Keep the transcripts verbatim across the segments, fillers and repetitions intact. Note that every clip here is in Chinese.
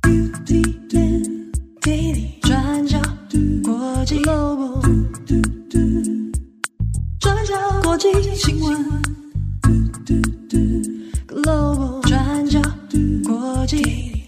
转角国际 Global 转角国际新闻 Global 转角国际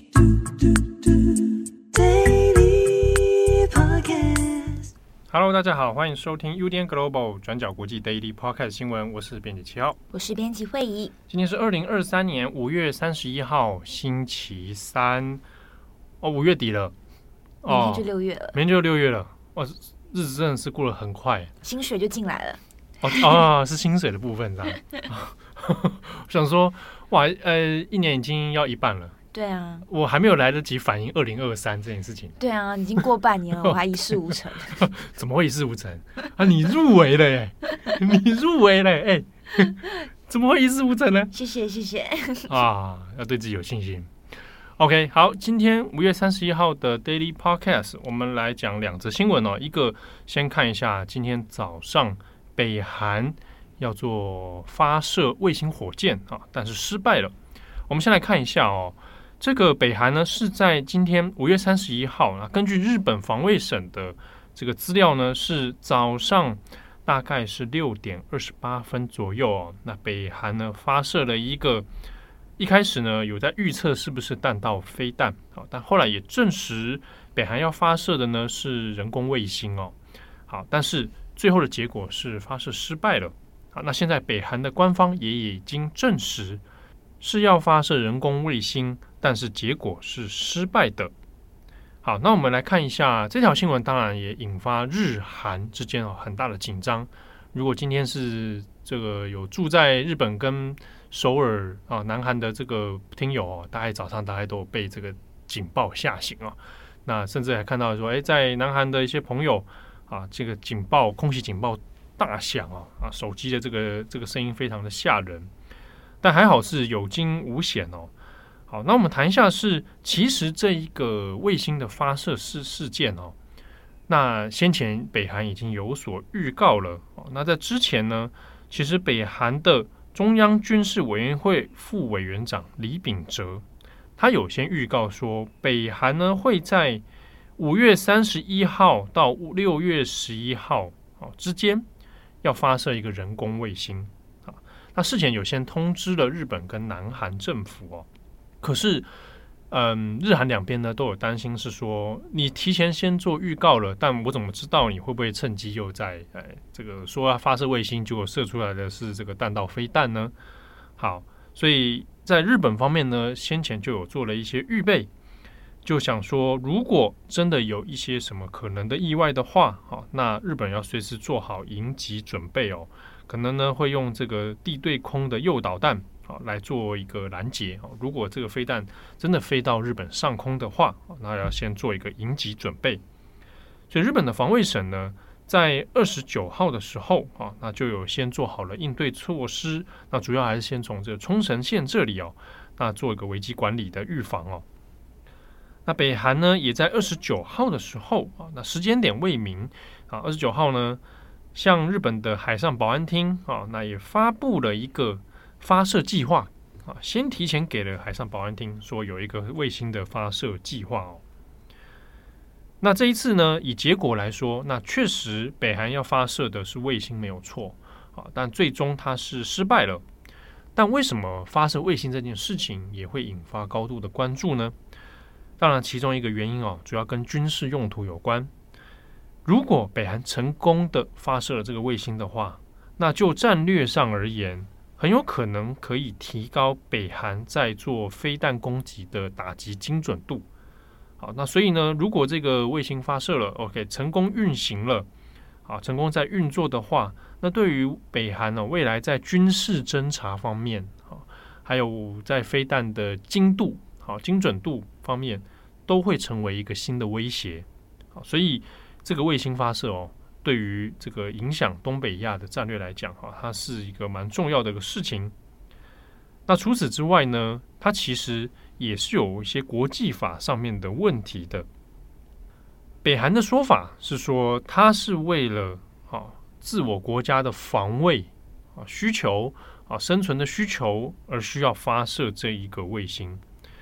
Daily Podcast。 Hello， 大家好，欢迎收听 U D N Global 转角国际 Daily Podcast 新闻，我是编辑七号， 我是编辑惠仪。今天是二零二三年五月三十一号，星期三。哦，五月底了， 明天就六月了， 明天就六月了，哇，日子真的是过得很快， 薪水就进来了。 哦啊，是薪水的部分，这样。我想说，哇，呃，一年已经要一半了。 对啊， 我还没有来得及反应二零二三这件事情。 对啊，已经过半年了，我还一事无成。 怎么会一事无成啊？你入围了耶！你入围了，哎、欸，怎么会一事无成呢？ 谢谢谢谢啊，要对自己有信心。OK， 好，今天五月三十一号的 Daily Podcast， 我们来讲两则新闻哦。一个先看一下今天早上北韩要做发射卫星火箭啊，但是失败了。我们先来看一下哦，这个北韩呢是在今天五月三十一号啊，根据日本防卫省的这个资料呢，是早上大概是六点二十八分左右哦。那北韩呢发射了一个。一开始呢，有在预测是不是弹道飞弹，好，但后来也证实北韩要发射的呢是人工卫星哦，好，但是最后的结果是发射失败了，好，那现在北韩的官方也已经证实是要发射人工卫星，但是结果是失败的。好，那我们来看一下这条新闻，当然也引发日韩之间很大的紧张。如果今天是这个有住在日本跟首尔啊，南韩的这个听友哦，大概早上大概都有被这个警报吓醒啊。那甚至还看到说，哎，在南韩的一些朋友啊，这个警报、空袭警报大响啊，啊，手机的这个这个声音非常的吓人。但还好是有惊无险哦。好，那我们谈一下是，其实这一个卫星的发射事事件哦，那先前北韩已经有所预告了哦。那在之前呢，其实北韩的中央军事委员会副委员长李秉哲，他有先预告说，北韩呢会在五月三十一号到六月十一号之间要发射一个人工卫星啊。那事前有先通知了日本跟南韩政府哦，可是嗯，日韩两边呢都有担心，是说你提前先做预告了，但我怎么知道你会不会趁机又在哎这个说要发射卫星，结果射出来的是这个弹道飞弹呢？好，所以在日本方面呢，先前就有做了一些预备，就想说如果真的有一些什么可能的意外的话，好，那日本要随时做好迎击准备哦，可能呢会用这个地对空的诱导弹。好，来做一个拦截。如果这个飞弹真的飞到日本上空的话，那要先做一个迎击准备。所以日本的防卫省呢，在二十九号的时候啊，那就有先做好了应对措施。那主要还是先从这个冲绳县这里哦，那做一个危机管理的预防哦。那北韩呢，也在二十九号的时候啊，那时间点未明啊，二十九号呢，向日本的海上保安厅啊，那也发布了一个发射计划啊，先提前给了海上保安厅说有一个卫星的发射计划哦。那这一次呢，以结果来说，那确实北韩要发射的是卫星没有错啊，但最终它是失败了。但为什么发射卫星这件事情也会引发高度的关注呢？当然，其中一个原因哦，主要跟军事用途有关。如果北韩成功的发射了这个卫星的话，那就战略上而言，很有可能可以提高北韩在做飞弹攻击的打击精准度。好，那所以呢，如果这个卫星发射了 ，OK， 成功运行了，好，成功在运作的话，那对于北韩呢、哦，未来在军事侦察方面，好，还有在飞弹的精度、好精准度方面，都会成为一个新的威胁。好，所以这个卫星发射哦。对于这个影响东北亚的战略来讲，哈，它是一个蛮重要的一个事情。那除此之外呢，它其实也是有一些国际法上面的问题的。北韩的说法是说，它是为了啊自我国家的防卫啊需求啊生存的需求而需要发射这一个卫星。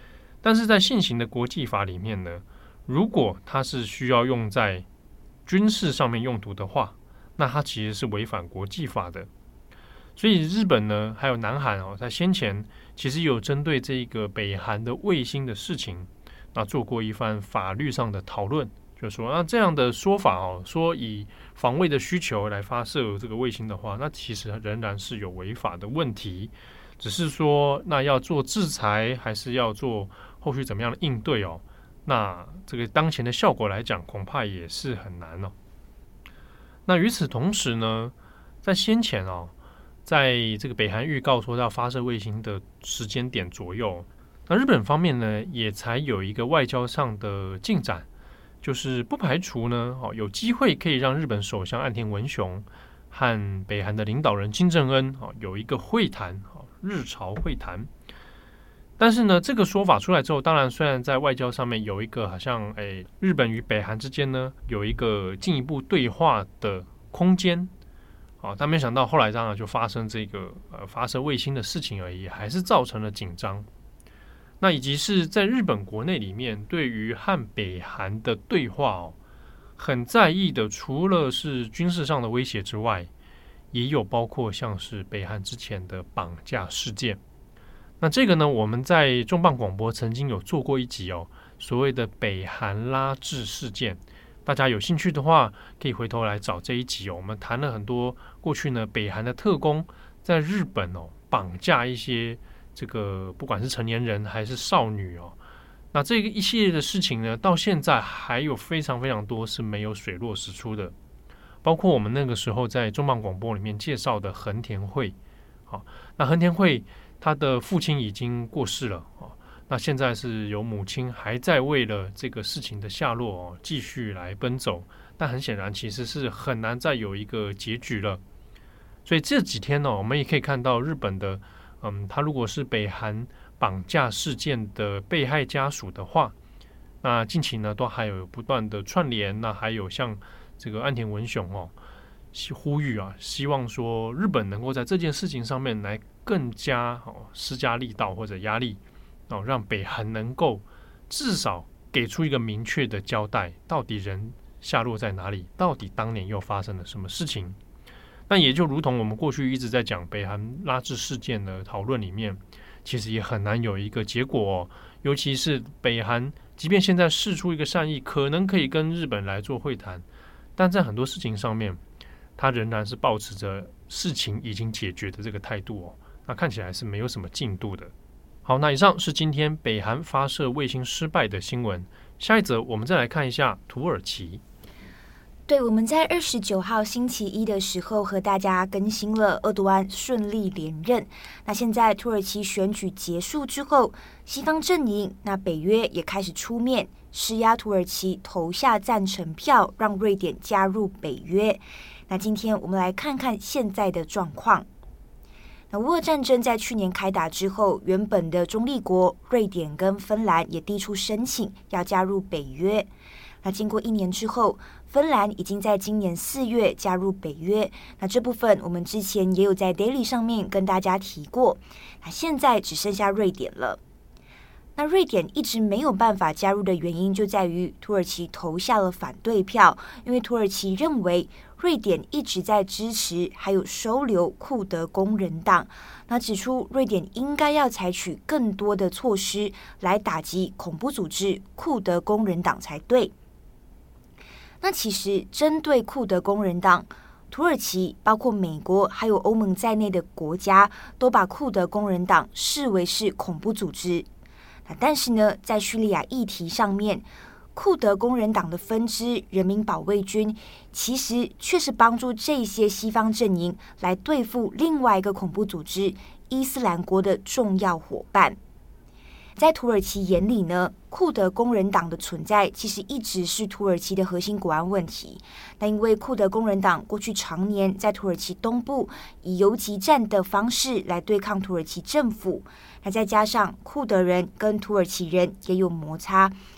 但是在现行的国际法里面呢，如果它是需要用在军事上面用途的话，那它其实是违反国际法的。所以日本呢，还有南韩哦，在先前其实有针对这个北韩的卫星的事情，那做过一番法律上的讨论，就说那这样的说法哦，说以防卫的需求来发射这个卫星的话，那其实仍然是有违法的问题。只是说，那要做制裁，还是要做后续怎么样的应对哦？那这个当前的效果来讲，恐怕也是很难哦。那与此同时呢，在先前哦，在这个北韩预告说要发射卫星的时间点左右，那日本方面呢，也才有一个外交上的进展，就是不排除呢，哦，有机会可以让日本首相岸田文雄和北韩的领导人金正恩哦有一个会谈。日朝会谈，但是呢，这个说法出来之后，当然虽然在外交上面有一个好像，哎，日本与北韩之间呢有一个进一步对话的空间，啊，但没想到后来当然就发生这个呃发射卫星的事情而已，还是造成了紧张。那以及是在日本国内里面，对于和北韩的对话哦，很在意的，除了是军事上的威胁之外，也有包括像是北韩之前的绑架事件。那这个呢，我们在重磅广播曾经有做过一集哦，所谓的北韩拉致事件。大家有兴趣的话，可以回头来找这一集哦。我们谈了很多过去呢，北韩的特工在日本哦绑架一些这个不管是成年人还是少女哦。那这个一系列的事情呢，到现在还有非常非常多是没有水落石出的。包括我们那个时候在重磅广播里面介绍的横田惠，好，那横田惠他的父亲已经过世了，那现在是由母亲还在为了这个事情的下落继续来奔走，但很显然其实是很难再有一个结局了。所以这几天呢，我们也可以看到日本的，嗯，他如果是北韩绑架事件的被害家属的话，那近期呢都还有不断的串联，那还有像这个岸田文雄哦，呼吁啊，希望说日本能够在这件事情上面来更加哦施加力道或者压力哦，让北韩能够至少给出一个明确的交代，到底人下落在哪里，到底当年又发生了什么事情。那也就如同我们过去一直在讲北韩拉致事件的讨论里面，其实也很难有一个结果哦，尤其是北韩即便现在释出一个善意，可能可以跟日本来做会谈，但在很多事情上面，他仍然是抱持着事情已经解决的这个态度哦，那看起来是没有什么进度的。好，那以上是今天北韩发射卫星失败的新闻。下一则我们再来看一下土耳其。 对，我们在二十九号星期一的时候和大家更新了厄多安顺利连任。那现在土耳其选举结束之后，西方阵营那北约也开始出面施压土耳其投下赞成票，让瑞典加入北约。那今天我们来看看现在的状况。那乌俄战争在去年开打之后，原本的中立国瑞典跟芬兰也递出申请要加入北约。那经过一年之后，芬兰已经在今年四月加入北约。那这部分我们之前也有在 Daily 上面跟大家提过。那现在只剩下瑞典了。那瑞典一直没有办法加入的原因就在于土耳其投下了反对票，因为土耳其认为瑞典一直在支持还有收留库德工人党，那指出瑞典应该要采取更多的措施来打击恐怖组织库德工人党才对。那其实针对库德工人党，土耳其包括美国还有欧盟在内的国家都把库德工人党视为是恐怖组织。但是呢，在叙利亚议题上面，库德工人党的分支人民保卫军其实却是帮助这些西方阵营来对付另外一个恐怖组织伊斯兰国的重要伙伴。在土耳其眼里呢，库德工人党的存在其实一直是土耳其的核心国安问题。但因为库德工人党过去常年在土耳其东部以游击战的方式来对抗土耳其政府，那再加上库德人跟土耳其人也有摩擦，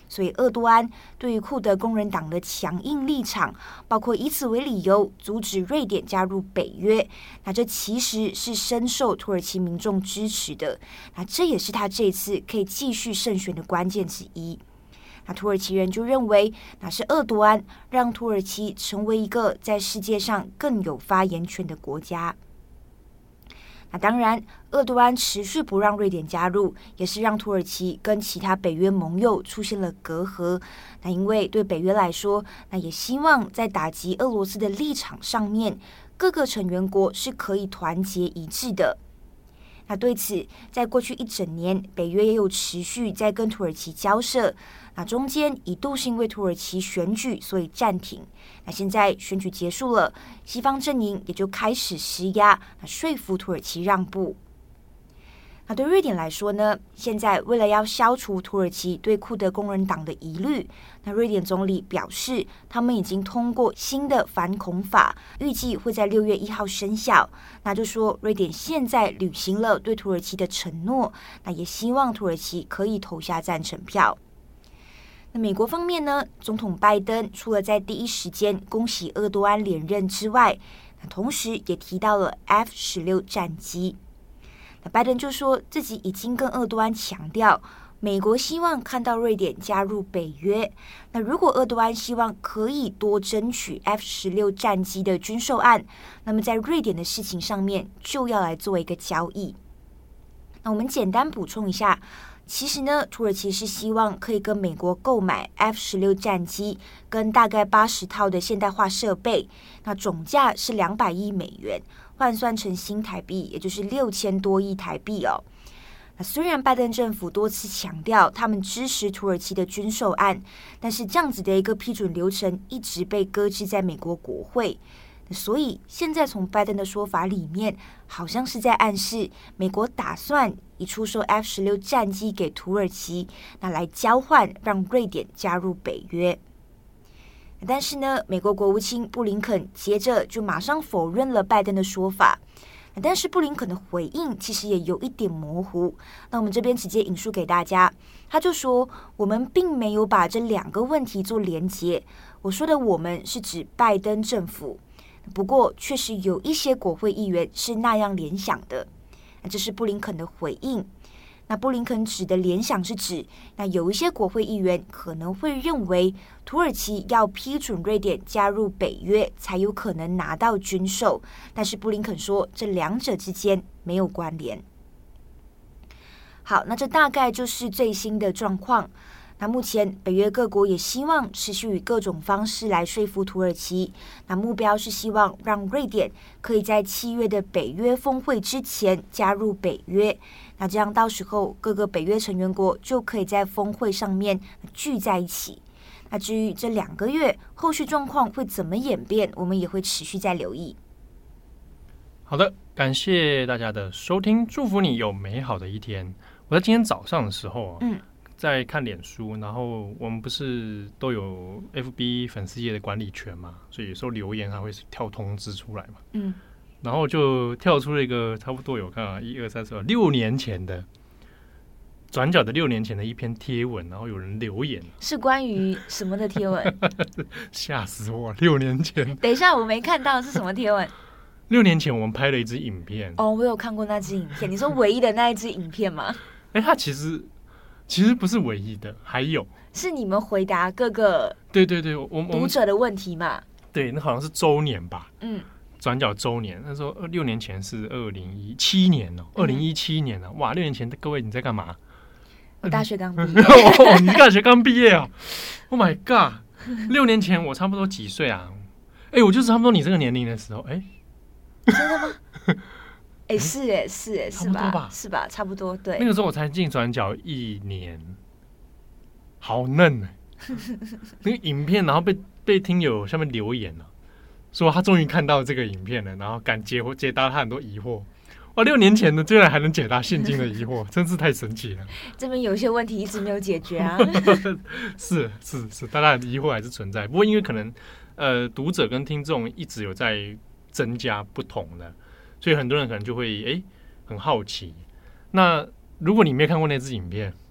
所以厄多安对于库德工人党的强硬立场，包括以此为理由阻止瑞典加入北约，那这其实是深受土耳其民众支持的，那这也是他这次可以继续胜选的关键之一。那土耳其人就认为，那是厄多安让土耳其成为一个在世界上更有发言权的国家。那当然，厄多安持续不让瑞典加入，也是让土耳其跟其他北约盟友出现了隔阂。那因为对北约来说，那也希望在打击俄罗斯的立场上面，各个成员国是可以团结一致的。那对此，在过去一整年，北约也有持续在跟土耳其交涉。那中间一度是因为土耳其选举，所以暂停。那现在选举结束了，西方阵营也就开始施压，那说服土耳其让步。那对瑞典来说呢，现在为了要消除土耳其对库德工人党的疑虑，那瑞典总理表示，他们已经通过新的反恐法，预计会在六月一号生效。那就说瑞典现在履行了对土耳其的承诺，那也希望土耳其可以投下赞成票。那美国方面呢，总统拜登除了在第一时间恭喜厄多安连任之外，那同时也提到了 F 十六 战机。那拜登就说自己已经跟厄多安强调，美国希望看到瑞典加入北约。那如果厄多安希望可以多争取 F 十六 战机的军售案，那么在瑞典的事情上面就要来做一个交易。那我们简单补充一下，其实呢，土耳其是希望可以跟美国购买 F 十六 战机跟大概八十套的现代化设备，那总价是两百亿美元，换算成新台币也就是六千多亿台币哦。那虽然拜登政府多次强调他们支持土耳其的军售案，但是这样子的一个批准流程一直被搁置在美国国会。所以现在从拜登的说法里面，好像是在暗示美国打算以出售 F 十六 战机给土耳其，那来交换让瑞典加入北约。但是呢，美国国务卿布林肯接着就马上否认了拜登的说法。但是布林肯的回应其实也有一点模糊，那我们这边直接引述给大家，他就说我们并没有把这两个问题做连结，我说的我们是指拜登政府，不过确实有一些国会议员是那样联想的，那这是布林肯的回应。那布林肯指的联想是指，那有一些国会议员可能会认为土耳其要批准瑞典加入北约才有可能拿到军售，但是布林肯说这两者之间没有关联。好，那这大概就是最新的状况。那目前北约各国也希望持续以各种方式来说服土耳其，那目标是希望让瑞典可以在七月的北约峰会之前加入北约，那这样到时候各个北约成员国就可以在峰会上面聚在一起。那至于这两个月后续状况会怎么演变，我们也会持续在留意。 好的，感谢大家的收听，祝福你有美好的一天。我在今天早上的时候啊，嗯在看脸书，然后我们不是都有 F B 粉丝页的管理权嘛，所以有时候留言还会跳通知出来嘛，嗯，然后就跳出了一个差不多有看啊，一二三四六年前的转角的六年前的一篇贴文，然后有人留言， 是关于什么的贴文？ 吓死我！六年前， 等一下我没看到是什么贴文。 六年前我们拍了一支影片， 哦，我有看过那支影片。你说唯一的那一支影片吗？ 哎，它其实。其实不是唯一的，还有是你们回答各个对对对，我们读者的问题嘛？ 对，那好像是周年吧？嗯，转角周年，那时候六年前是二零一七年哦，二零一七年了，哇，六年前各位你在干嘛？ 我大学刚毕业， 哦，你大学刚毕业啊 ？Oh my god！ 六年前我差不多几岁啊？哎，我就是差不多你这个年龄的时候，哎， 真的吗？哎，是哎，是哎，是吧？是吧？差不多，对。 那个时候我才进转角一年，好嫩哎！那个影片，然后被被听友下面留言了，说他终于看到这个影片了，然后敢解解答他很多疑惑。哇，六年前的居然还能解答现今的疑惑，真是太神奇了。 这边有些问题一直没有解决啊。 是是是，大家的疑惑还是存在，不过因为可能呃读者跟听众一直有在增加不同的。所以很多人可能就会哎很好奇。那如果你没有看过那支影片，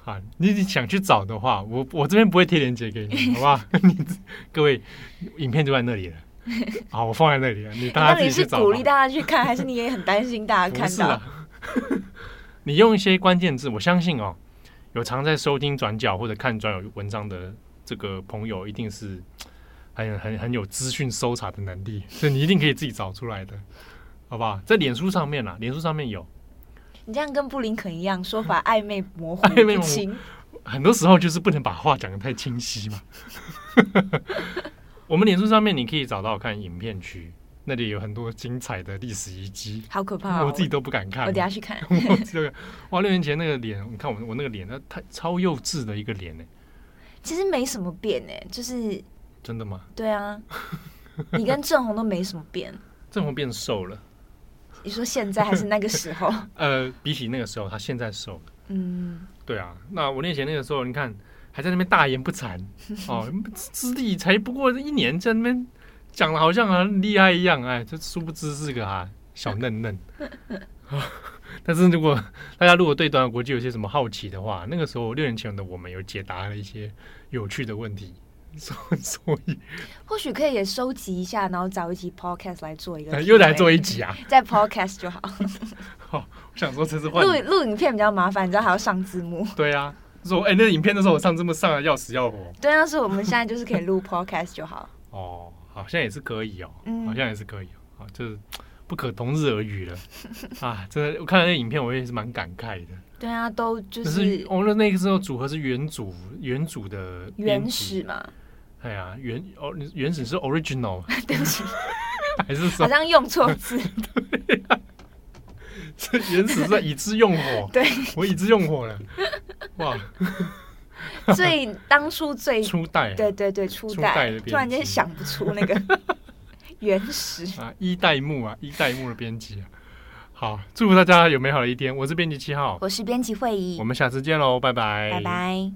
啊，你想去找的话，我我这边不会贴链接给你，好不好？你各位，影片就在那里了。好，我放在那里了，你大家自己去找。 那你是鼓励大家去看，还是你也很担心大家看到？ 不是啊，你用一些关键字，我相信哦，有常在收听转角或者看转角文章的这个朋友，一定是很很很有资讯搜查的能力，所以你一定可以自己找出来的，好不好？在脸书上面啦，脸书上面有。 你这样跟布林肯一样，说法暧昧模糊暧昧不清， 很多时候就是不能把话讲得太清晰嘛。我们脸书上面你可以找到看影片区，那里有很多精彩的历史遗迹， 好可怕、哦！ 我自己都不敢看。 我等下去看。 哇，六年前那个脸，你看我我那个脸，那太超幼稚的一个脸呢。 其实没什么变哎，就是真的吗？ 对啊，你跟郑红都没什么变。 郑红变瘦了。 你说现在还是那个时候？ 呃，比起那个时候，他现在瘦了。 嗯， 对啊。那我年前那个时候，你看还在那边大言不惭哦，资历才不过一年，在那边讲的好像很厉害一样，哎，这殊不知是个啊小嫩嫩。但是如果大家如果对短小国际有些什么好奇的话，那个时候六年前的我们有解答了一些有趣的问题。所以或许可以也收集一下，然后找一集 podcast 来做一个， 又来做一集啊， 在 podcast 就好。 好，我想说这是换录录影片比较麻烦，你知道还要上字幕。 对啊，说哎、欸，那个影片的时候我上字幕上的要死要活。 对啊，所以我们现在就是可以录 podcast 就好。 哦，好像也是可以哦， 嗯、 好像也是可以哦，啊，就是不可同日而语了啊！真的，我看了那个影片，我也是蛮感慨的。 对啊，都就是，是我们那个时候组合是原主原主的原始嘛。 哎呀，原哦，原始是 original， 对不起， 还是说好像用错字？ 对啊，这原始是以之用火， 对， 我以之用火了，哇！ 最当初最初代， 对对对，初代， 初代的， 突然间想不出那个原始啊，一代目啊，一代目的编辑啊。好，祝福大家有美好的一天。我是编辑七号， 我是编辑会议， 我们下次见喽，拜拜， 拜拜。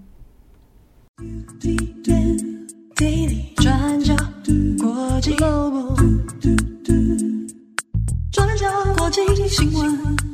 转角国际 Global 转角国际新闻